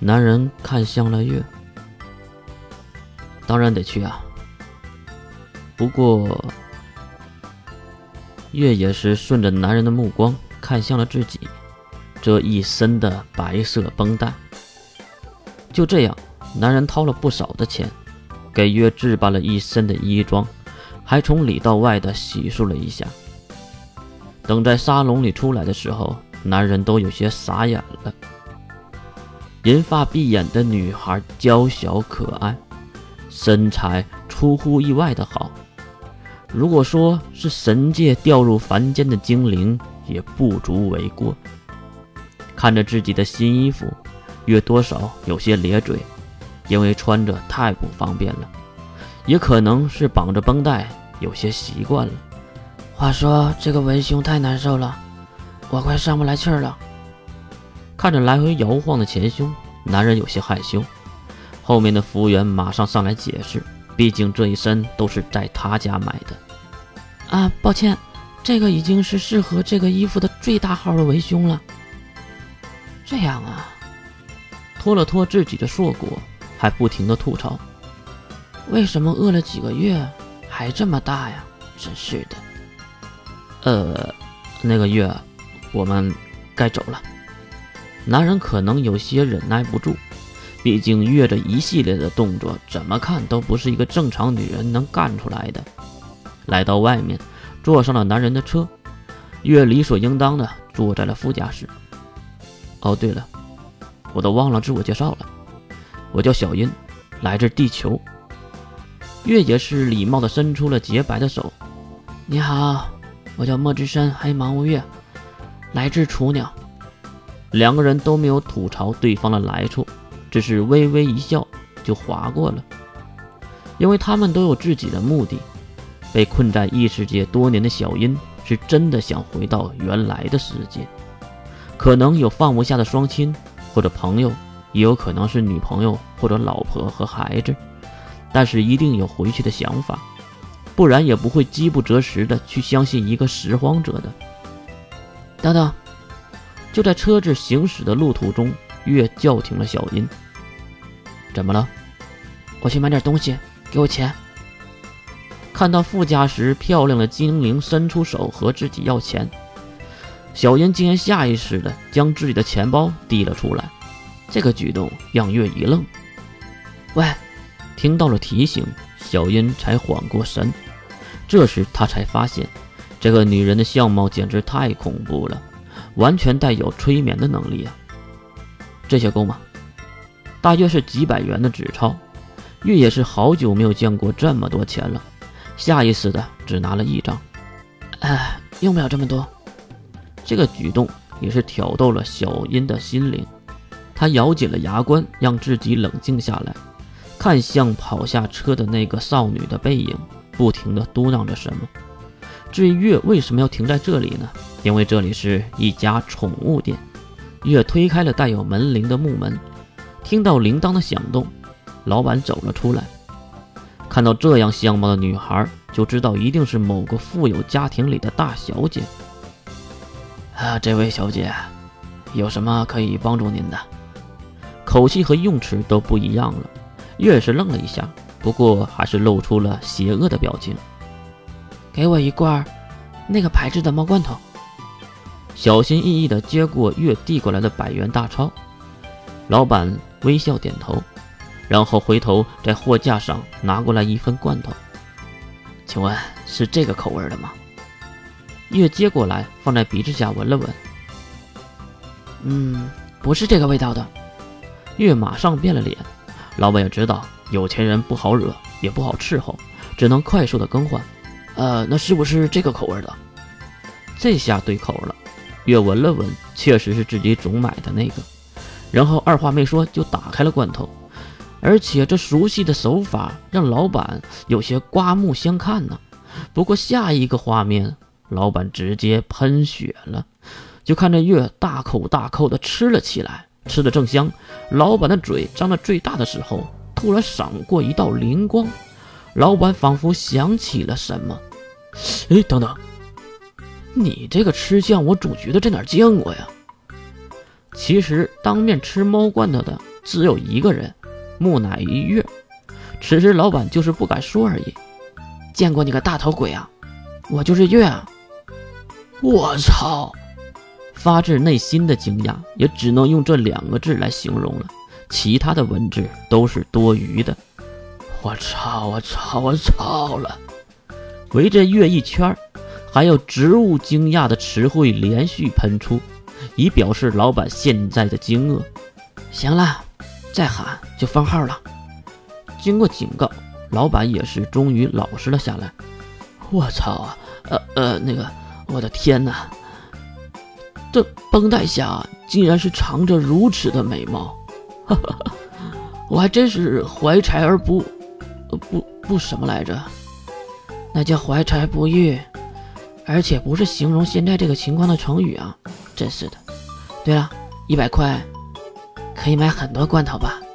男人看向了月。当然得去啊，不过月也是顺着男人的目光看向了自己这一身的白色绷带。就这样，男人掏了不少的钱，给月置办了一身的衣装，还从里到外的洗漱了一下。等在沙龙里出来的时候，男人都有些傻眼了。银发碧眼的女孩娇小可爱，身材出乎意外的好，如果说是神界掉入凡间的精灵也不足为过。看着自己的新衣服，月多少有些咧嘴，因为穿着太不方便了，也可能是绑着绷带有些习惯了。 话说这个文胸太难受了，我快上不来气儿了。 看着来回摇晃的前胸，男人有些害羞。后面的服务员马上上来解释，毕竟这一身都是在他家买的。 抱歉，这个已经是适合这个衣服的最大号的围胸了。这样啊。 拖了拖自己的硕果，还不停地吐槽， 为什么饿了几个月还这么大呀？真是的。那个月我们该走了。男人可能有些忍耐不住，毕竟月这一系列的动作怎么看都不是一个正常女人能干出来的。来到外面，坐上了男人的车，月理所应当的坐在了副驾驶。哦对了，我都忘了自我介绍了，我叫小音，来自地球。月也是礼貌的伸出了洁白的手。 你好，我叫墨之山黑芒无月，来自雏鸟。 两个人都没有吐槽对方的来处，只是微微一笑就划过了，因为他们都有自己的目的。被困在异世界多年的小音是真的想回到原来的世界，可能有放不下的双亲或者朋友，也有可能是女朋友或者老婆和孩子，但是一定有回去的想法，不然也不会饥不择食的去相信一个拾荒者的。等等，就在车子行驶的路途中，月叫停了小音。怎么了？ 我去买点东西，给我钱。 看到副驾驶漂亮的精灵伸出手和自己要钱，小音竟然下意识地将自己的钱包递了出来。这个举动让月一愣。 喂！ 听到了提醒，小音才缓过神。这时他才发现，这个女人的相貌简直太恐怖了，完全带有催眠的能力啊！这些够吗？大约是几百元的纸钞。月也是好久没有见过这么多钱了，下意识的只拿了一张。 用不了这么多。 这个举动也是挑逗了小音的心灵，他咬紧了牙关，让自己冷静下来，看向跑下车的那个少女的背影，不停地嘟囔着什么。至于月为什么要停在这里呢？因为这里是一家宠物店。月推开了带有门铃的木门，听到铃铛的响动，老板走了出来。看到这样相貌的女孩，就知道一定是某个富有家庭里的大小姐。 这位小姐，有什么可以帮助您的？ 口气和用词都不一样了。月是愣了一下，不过还是露出了邪恶的表情。 给我一罐那个牌子的猫罐头。 小心翼翼地接过月递过来的100元大钞，老板微笑点头，然后回头在货架上拿过来一份罐头。请问是这个口味的吗？月接过来放在鼻子下闻了闻。 不是这个味道的。 月马上变了脸。老板也知道有钱人不好惹，也不好伺候，只能快速的更换。那是不是这个口味的？这下对口了。月闻了闻，确实是自己总买的那个，然后二话没说就打开了罐头，而且这熟悉的手法让老板有些刮目相看呢。不过下一个画面，老板直接喷血了，就看着月大口大口的吃了起来。吃得正香，老板的嘴张得最大的时候，突然闪过一道灵光，老板仿佛想起了什么。等等，你这个吃相我总觉得在哪儿见过呀。其实当面吃猫罐头的只有一个人，木乃伊月。此时老板就是不敢说而已。 见过你个大头鬼啊，我就是月啊。 我操！发自内心的惊讶也只能用这2个字来形容了，其他的文字都是多余的。我操了！围着月一圈，还有植物惊讶的词汇连续喷出，以表示老板现在的惊愕。 行了，再喊就封号了。 经过警告，老板也是终于老实了下来。我操啊！我的天哪！这绷带下竟然是藏着如此的美貌，哈哈哈！我还真是怀才而不什么来着？ 那叫怀才不遇，而且不是形容现在这个情况的成语啊！真是的。对了，100块可以买很多罐头吧？